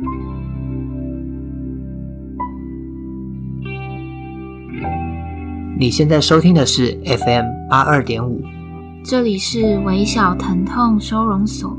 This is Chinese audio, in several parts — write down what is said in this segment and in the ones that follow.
你现在收听的是 FM82.5， 这里是微小疼痛收容所。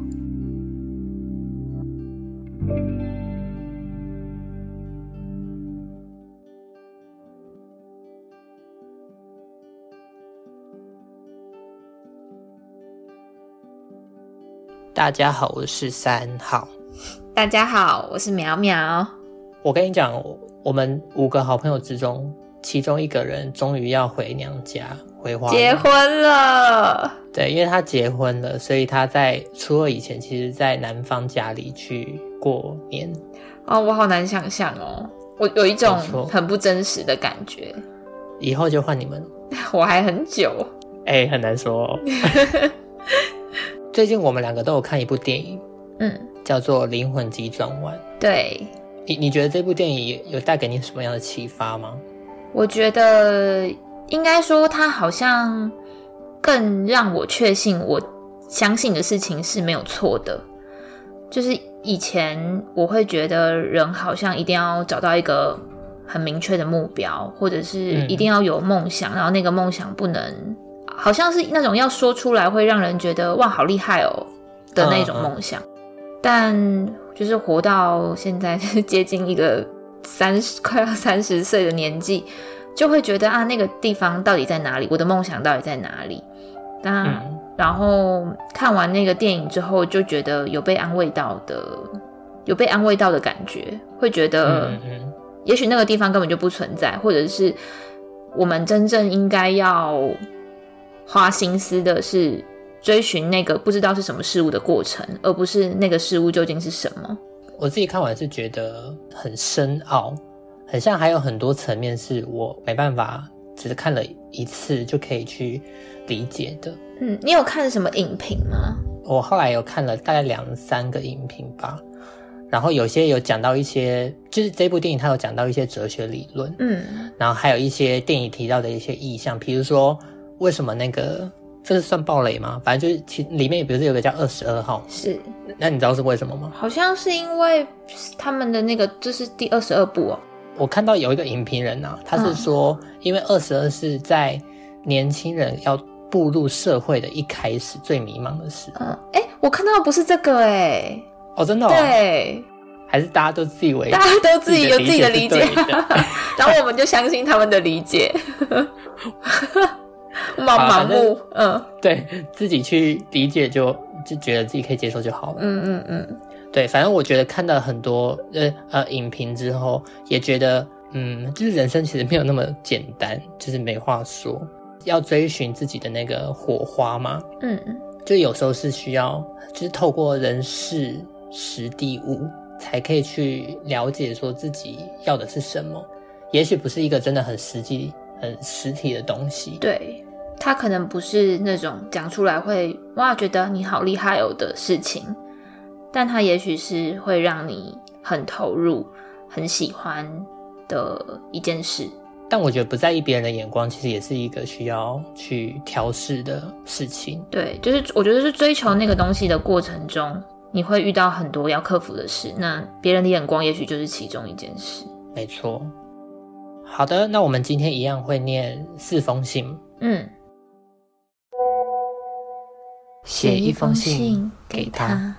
大家好，我是3号。 大家好，我是苗苗。 我跟你讲，我们5个好朋友之中，其中一个人终于要回娘家，回花莲结婚了。 对，因为他结婚了，所以他在初2以前其实在男方家里去过年。 哦，我好难想象哦，我有一种很不真实的感觉。 以后就换你们了。 我还很久。 很难说哦。最近我们2个都有看一部电影，叫做《灵魂急转弯》。 对， 你觉得这部电影有带给你什么样的启发吗？ 我觉得应该说它好像更让我确信我相信的事情是没有错的。就是以前我会觉得人好像一定要找到一个很明确的目标，或者是一定要有梦想，然后那个梦想不能好像是那种要说出来会让人觉得哇好厉害哦的那种梦想。但就是活到现在是接近一个快要30岁的年纪，就会觉得啊那个地方到底在哪里，我的梦想到底在哪里。然后看完那个电影之后就觉得有被安慰到的感觉，会觉得也许那个地方根本就不存在，或者是我们真正应该要花心思的是追寻那个不知道是什么事物的过程，而不是那个事物究竟是什么。 我自己看完是觉得很深奥，很像还有很多层面是我没办法只是看了一次就可以去理解的。 你有看什么影评吗？ 我后来有看了大概2-3个影评吧，然后有些有讲到一些，就是这部电影它有讲到一些哲学理论，然后还有一些电影提到的一些意象，比如说为什么那个这是算爆雷吗？反正就是其里面比如说有个叫22号， 是， 那你知道是为什么吗？ 好像是因为他们的那个这是第22部哦。 我看到有一个影评人啊，他是说因为22是在年轻人要步入社会的一开始最迷茫的时候。 我看到的不是这个真的哦？对，还是大家都自以为大家都自己有自己的理解，然后我们就相信他们的理解。盲目， 对，自己去理解就觉得自己可以接受就好了。对，反正我觉得看到很多影评之后，也觉得就是人生其实没有那么简单，就是没话说，要追寻自己的那个火花嘛。就有时候是需要就是透过人事时地物才可以去了解说自己要的是什么，也许不是一个真的很实际很实体的东西。 对，它可能不是那种讲出来会哇觉得你好厉害哦的事情，但它也许是会让你很投入很喜欢的一件事。 但我觉得不在意别人的眼光其实也是一个需要去调试的事情。 对，就是我觉得是追求那个东西的过程中你会遇到很多要克服的事，那别人的眼光也许就是其中一件事。 没错。好的，那我们今天一样会念4封信。写一封信给他。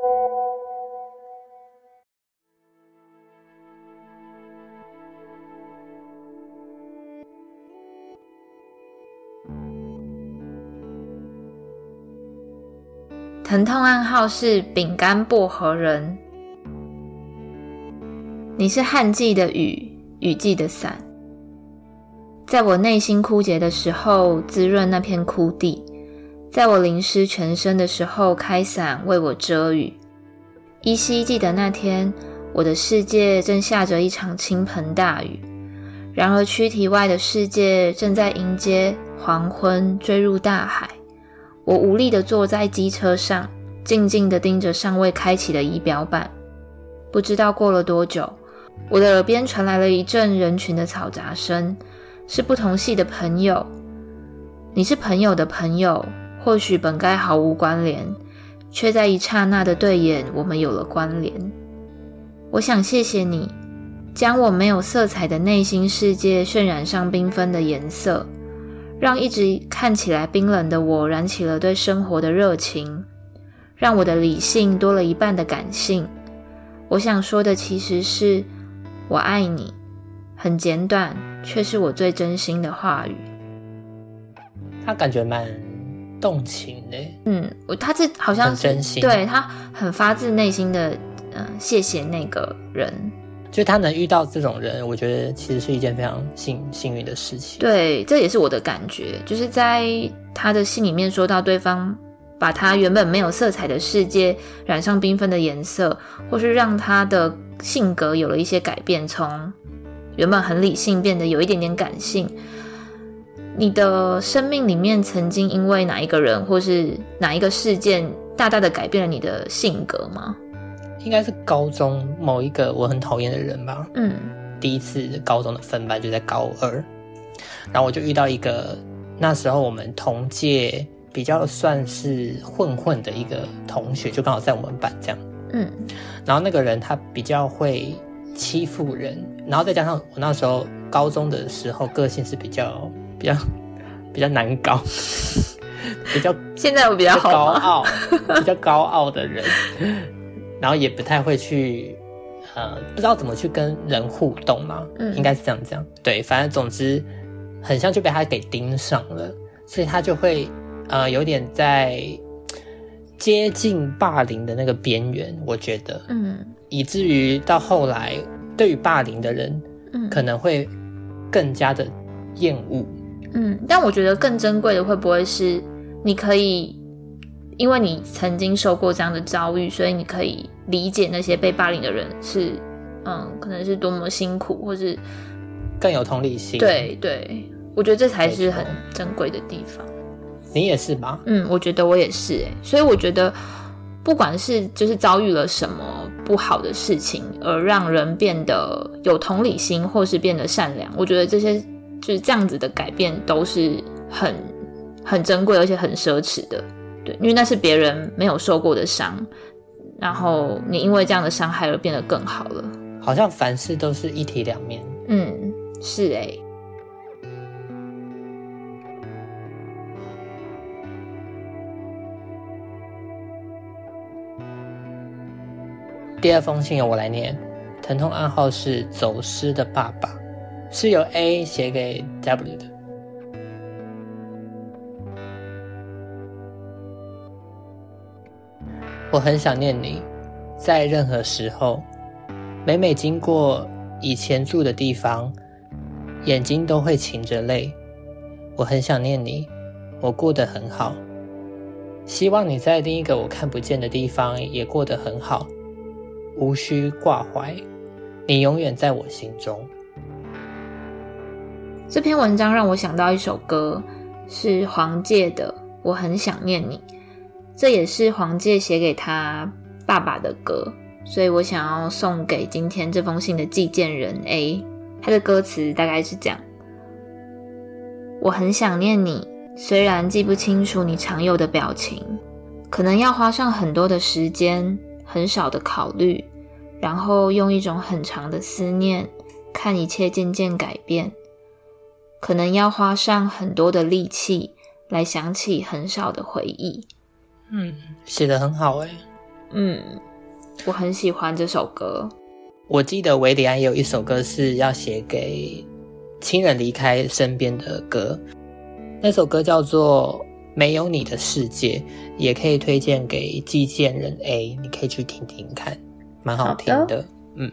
疼痛暗号是饼干薄荷人。你是旱季的雨，雨季的伞，在我内心枯竭的时候滋润那片枯地，在我淋湿全身的时候开伞为我遮雨。依稀记得那天，我的世界正下着一场倾盆大雨，然而躯体外的世界正在迎接黄昏坠入大海。我无力地坐在机车上，静静地盯着尚未开启的仪表板。不知道过了多久，我的耳边传来了一阵人群的嘈杂声，是不同系的朋友。你是朋友的朋友，或许本该毫无关联，却在一刹那的对眼，我们有了关联。 我想谢谢你，将我没有色彩的内心世界渲染上缤纷的颜色，让一直看起来冰冷的我燃起了对生活的热情，让我的理性多了一半的感性。我想说的其实是我爱你，很简短，却是我最真心的话语。 他感觉蛮动情的。 他这好像是很真心， 对，他很发自内心的谢谢那个人。 就他能遇到这种人，我觉得其实是一件非常幸运的事情。 对，这也是我的感觉，就是在他的信里面说到对方把他原本没有色彩的世界染上缤纷的颜色，或是让他的性格有了一些改变，从原本很理性变得有一点点感性。你的生命里面曾经因为哪一个人或是哪一个事件大大的改变了你的性格吗？ 应该是高中某一个我很讨厌的人吧。第一次高中的分班就在高2，然后我就遇到一个那时候我们同届比较算是混的一个同学，就刚好在我们班这样。然后那个人他比较会欺负人，然后再加上我那时候高中的时候个性是比较难搞， 现在我比较好吗？ 比较高傲的人，然后也不太会去不知道怎么去跟人互动嘛。应该是这样讲。对，反正总之很像就被他给盯上了，所以他就会有点在接近霸凌的那个边缘，我觉得。以至于到后来对于霸凌的人可能会更加的厌恶。 但我觉得更珍贵的会不会是你可以因为你曾经受过这样的遭遇，所以你可以理解那些被霸凌的人是可能是多么辛苦，或是更有同理心。 对，我觉得这才是很珍贵的地方。 你也是吧？ 我觉得我也是所以我觉得不管是就是遭遇了什么不好的事情而让人变得有同理心或是变得善良，我觉得这些就是这样子的改变都是很珍贵而且很奢侈的。对，因为那是别人没有受过的伤，然后你因为这样的伤害而变得更好了。 好像凡事都是一体两面。 是第二封信由我来念，疼痛暗号是走失的爸爸，是由 A 写给 W 的。我很想念你，在任何时候，每经过以前住的地方，眼睛都会噙着泪。我很想念你，我过得很好，希望你在另一个我看不见的地方也过得很好，无需挂怀，你永远在我心中。 这篇文章让我想到一首歌，是黄玠的《我很想念你》，这也是黄玠写给他爸爸的歌，所以我想要送给今天这封信的寄件人 A。 他的歌词大概是这样：我很想念你，虽然记不清楚你常有的表情，可能要花上很多的时间，很少的考虑，然后用一种很长的思念看一切渐渐改变，可能要花上很多的力气来想起很少的回忆。 写得很好我很喜欢这首歌。 我记得维里安也有一首歌是要写给亲人离开身边的歌，那首歌叫做《没有你的世界》，也可以推荐给寄件人 A， 你可以去听听看，蛮好听的。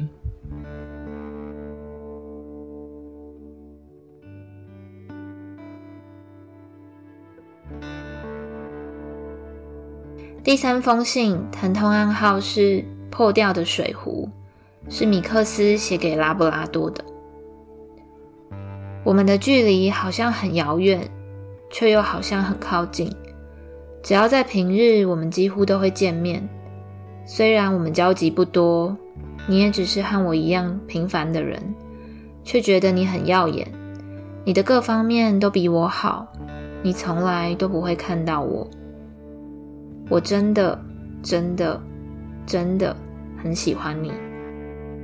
第三封信，疼痛暗号是破掉的水壶，是米克斯写给拉布拉多的。我们的距离好像很遥远，却又好像很靠近。只要在平日，我们几乎都会见面。虽然我们交集不多，你也只是和我一样平凡的人，却觉得你很耀眼。你的各方面都比我好，你从来都不会看到我。我真的很喜欢你。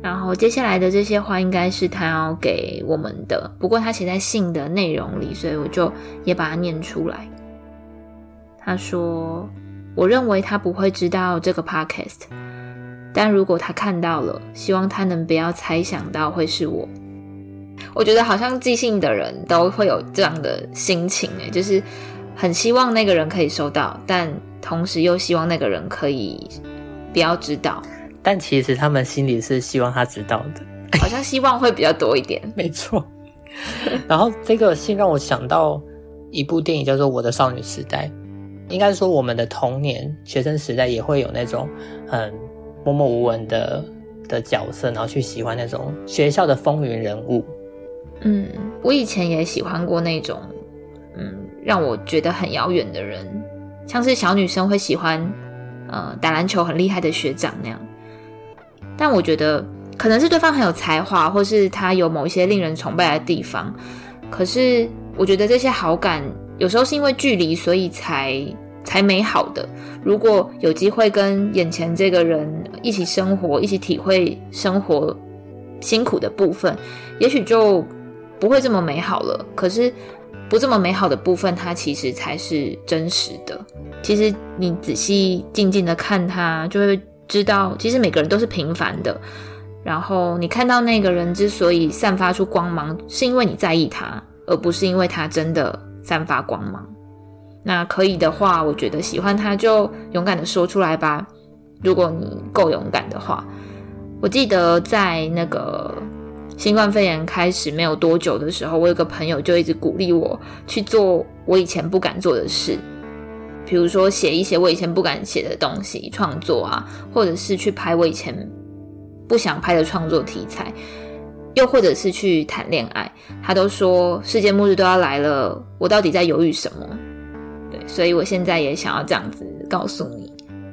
然后接下来的这些话应该是他要给我们的，不过他写在信的内容里，所以我就也把它念出来。他说，我认为他不会知道这个 podcast， 但如果他看到了，希望他能不要猜想到会是我。我觉得好像寄信的人都会有这样的心情，就是很希望那个人可以收到，但同时又希望那个人可以不要知道。 但其实他们心里是希望他知道的， 好像希望会比较多一点。 没错。然后这个信让我想到一部电影叫做《我的少女时代》，应该说我们的童年学生时代也会有那种很默默无闻的角色，然后去喜欢那种学校的风云人物。 我以前也喜欢过那种让我觉得很遥远的人，像是小女生会喜欢打篮球很厉害的学长那样。但我觉得可能是对方很有才华，或是他有某一些令人崇拜的地方，可是我觉得这些好感有时候是因为距离所以才美好的。如果有机会跟眼前这个人一起生活，一起体会生活辛苦的部分，也许就不会这么美好了。可是不这么美好的部分，它其实才是真实的。其实你仔细静静的看它，就会知道其实每个人都是平凡的，然后你看到那个人之所以散发出光芒，是因为你在意他，而不是因为他真的散发光芒。那可以的话，我觉得喜欢他就勇敢的说出来吧，如果你够勇敢的话。我记得在那个新冠肺炎开始没有多久的时候，我有个朋友就一直鼓励我去做我以前不敢做的事，比如说写一些我以前不敢写的东西，创作啊，或者是去拍我以前不想拍的创作题材，又或者是去谈恋爱。他都说世界末日都要来了，我到底在犹豫什么？对，所以我现在也想要这样子告诉你。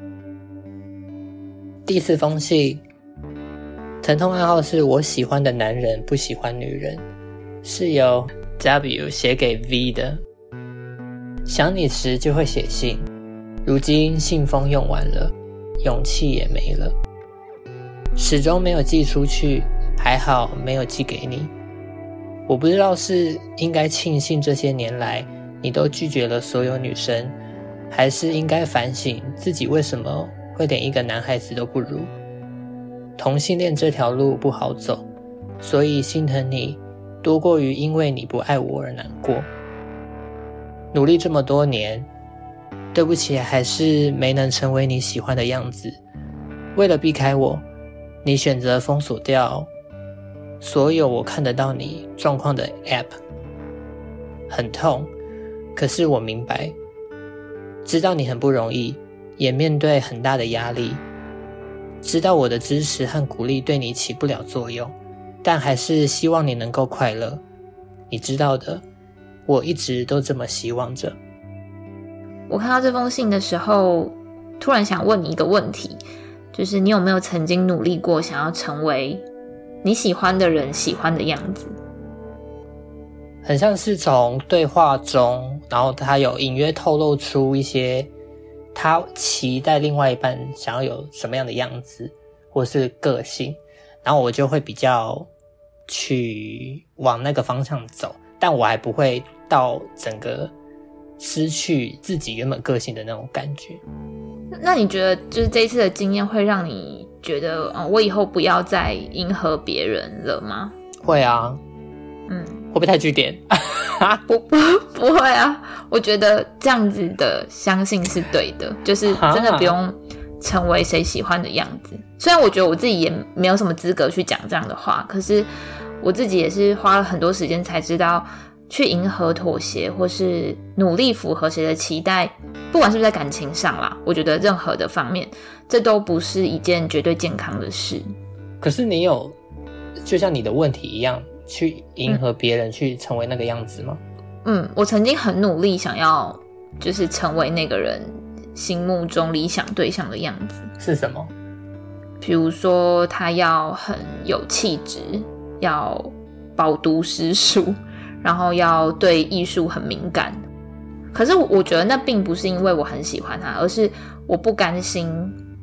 第4封信，疼痛暗号是我喜欢的男人不喜欢女人，是由 W 写给 V 的。想你时就会写信，如今信封用完了，勇气也没了，始终没有寄出去，还好没有寄给你。我不知道是应该庆幸这些年来你都拒绝了所有女生，还是应该反省自己为什么会连一个男孩子都不如。同性恋这条路不好走，所以心疼你多过于因为你不爱我而难过。努力这么多年，对不起，还是没能成为你喜欢的样子。为了避开我，你选择封锁掉所有我看得到你状况的 App。 很痛，可是我明白，知道你很不容易，也面对很大的压力，知道我的支持和鼓励对你起不了作用，但还是希望你能够快乐。你知道的，我一直都这么希望着。 我看到这封信的时候，突然想问你一个问题，就是你有没有曾经努力过想要成为你喜欢的人喜欢的样子？ 很像是从对话中，然后他有隐约透露出一些他期待另外一半想要有什么样的样子或是个性，然后我就会比较去往那个方向走，但我还不会到整个失去自己原本个性的那种感觉。 那你觉得就是这一次的经验会让你觉得我以后不要再迎合别人了吗？ 会啊。会不会太句点？ 不会啊，我觉得这样子的相信是对的，就是真的不用成为谁喜欢的样子。虽然我觉得我自己也没有什么资格去讲这样的话，可是我自己也是花了很多时间才知道，去迎合、妥协或是努力符合谁的期待，不管是不是在感情上啦，我觉得任何的方面，这都不是一件绝对健康的事。 可是你有就像你的问题一样去迎合别人，去成为那个样子吗？ 我曾经很努力想要就是成为那个人心目中理想对象的样子。 是什么？ 比如说他要很有气质，要饱读诗书，然后要对艺术很敏感。可是我觉得那并不是因为我很喜欢他，而是我不甘心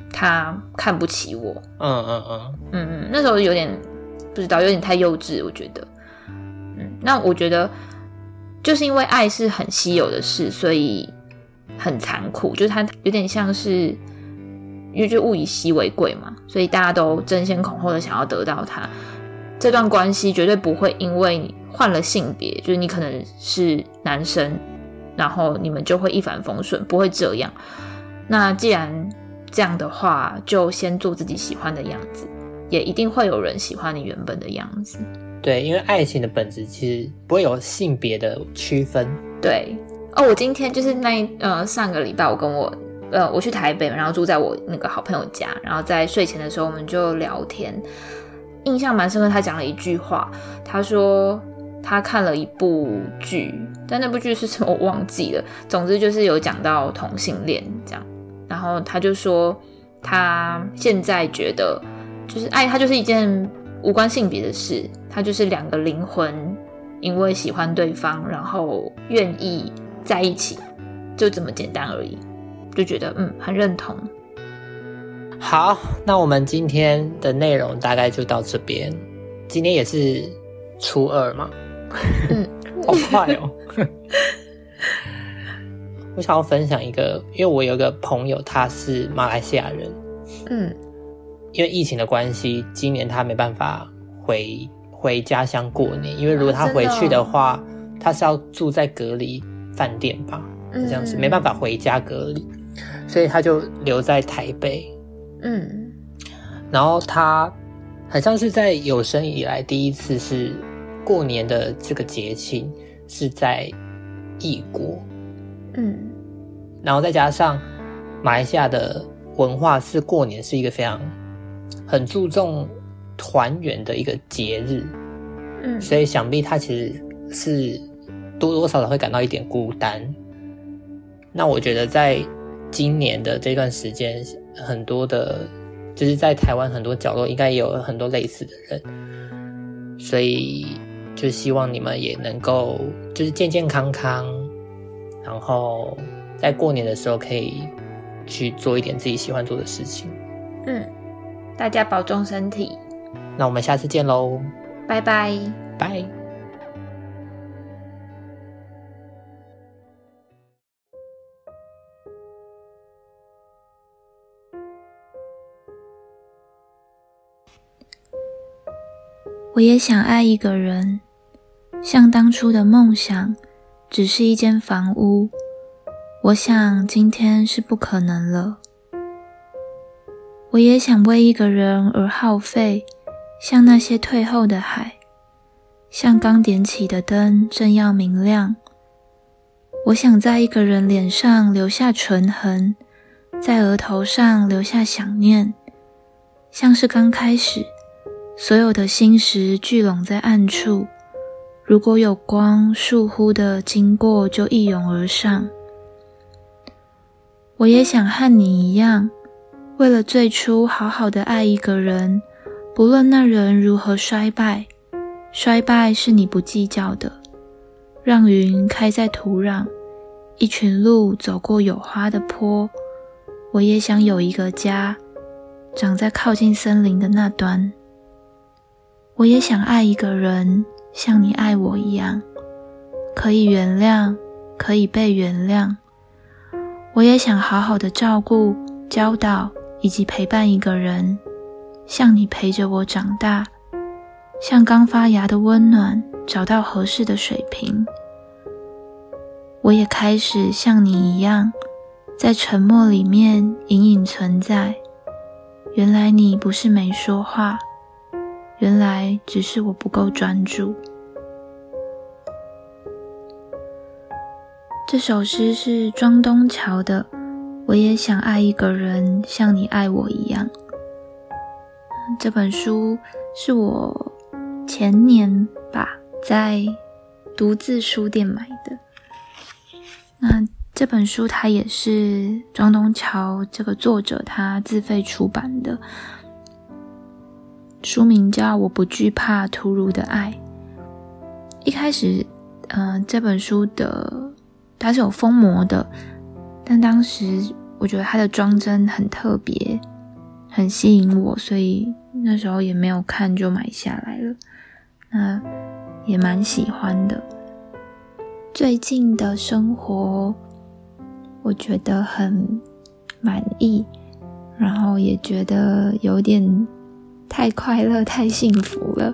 他看不起我。那时候有点不知道，有点太幼稚，我觉得。那我觉得就是因为爱是很稀有的事，所以很残酷，就是它有点像是因为就物以稀为贵嘛，所以大家都争先恐后的想要得到它。这段关系绝对不会因为你换了性别，就是你可能是男生，然后你们就会一帆风顺，不会这样。那既然这样的话，就先做自己喜欢的样子，也一定会有人喜欢你原本的样子。 对，因为爱情的本质其实不会有性别的区分。 对我今天就是上个礼拜我去台北，然后住在我那个好朋友家，然后在睡前的时候我们就聊天，印象蛮深刻。他讲了一句话，他说他看了一部剧，但那部剧是什么我忘记了，总之就是有讲到同性恋这样，然后他就说他现在觉得就是爱它就是一件无关性别的事，它就是两个灵魂因为喜欢对方然后愿意在一起，就这么简单而已，就觉得很认同。 好，那我们今天的内容大概就到这边。今天也是初二嘛，好快哦。我想要分享一个，因为我有个朋友他是马来西亚人，因为疫情的关系，今年他没办法回家乡过年，因为如果他回去的话，他是要住在隔离饭店吧，这样子没办法回家隔离，所以他就留在台北。然后他好像是在有生以来第一次是过年的这个节庆是在异国，然后再加上马来西亚的文化是过年是一个很注重团圆的一个节日，所以想必他其实是多多少少会感到一点孤单。那我觉得在今年的这段时间，很多的就是在台湾很多角落应该也有很多类似的人，所以就希望你们也能够就是健健康康，然后在过年的时候可以去做一点自己喜欢做的事情。 大家保重身体， 那我们下次见咯， 拜拜拜。 我也想爱一个人，像当初的梦想只是一间房屋，我想今天是不可能了。我也想为一个人而耗费，像那些退后的海，像刚点起的灯正要明亮。我想在一个人脸上留下唇痕，在额头上留下想念，像是刚开始所有的心事聚拢在暗处，如果有光倏忽的经过就一涌而上。我也想和你一样，为了最初好好的爱一个人，不论那人如何衰败，衰败是你不计较的，让云开在土壤，一群鹿走过有花的坡。我也想有一个家，长在靠近森林的那端。我也想爱一个人，像你爱我一样，可以原谅，可以被原谅。我也想好好的照顾、教导以及陪伴一个人，像你陪着我长大，像刚发芽的温暖，找到合适的水平。我也开始像你一样，在沉默里面隐隐存在。原来你不是没说话，原来只是我不够专注。这首诗是庄东桥的，我也想爱一个人，像你爱我一样。这本书是我前年吧，在独自书店买的。那这本书它也是庄东桥这个作者他自费出版的，书名叫《我不惧怕突如的爱》。一开始这本书的它是有封膜的，但当时我觉得它的装帧很特别， 很吸引我，所以那时候也没有看就买下来了。那也蛮喜欢的。最近的生活我觉得很满意，然后也觉得有点太快乐太幸福了，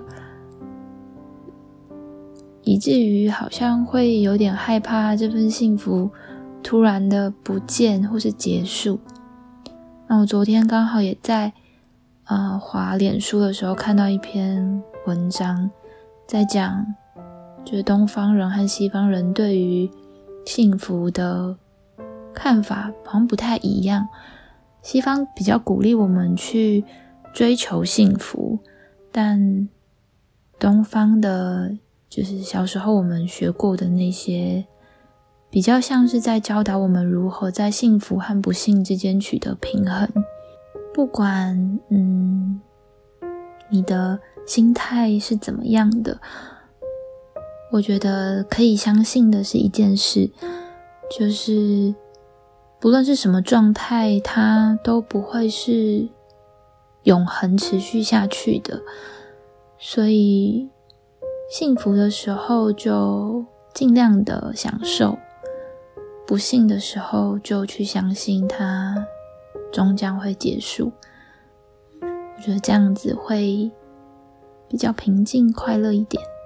以至于好像会有点害怕这份幸福突然的不见或是结束。那我昨天刚好也在滑脸书的时候看到一篇文章，在讲就是东方人和西方人对于幸福的看法好像不太一样。西方比较鼓励我们去追求幸福，但东方的就是小时候我们学过的那些比较像是在教导我们如何在幸福和不幸之间取得平衡。不管你的心态是怎么样的，我觉得可以相信的是一件事，就是不论是什么状态，它都不会是永恒持续下去的。所以幸福的时候就尽量的享受，不幸的时候就去相信它终将会结束。我觉得这样子会比较平静快乐一点。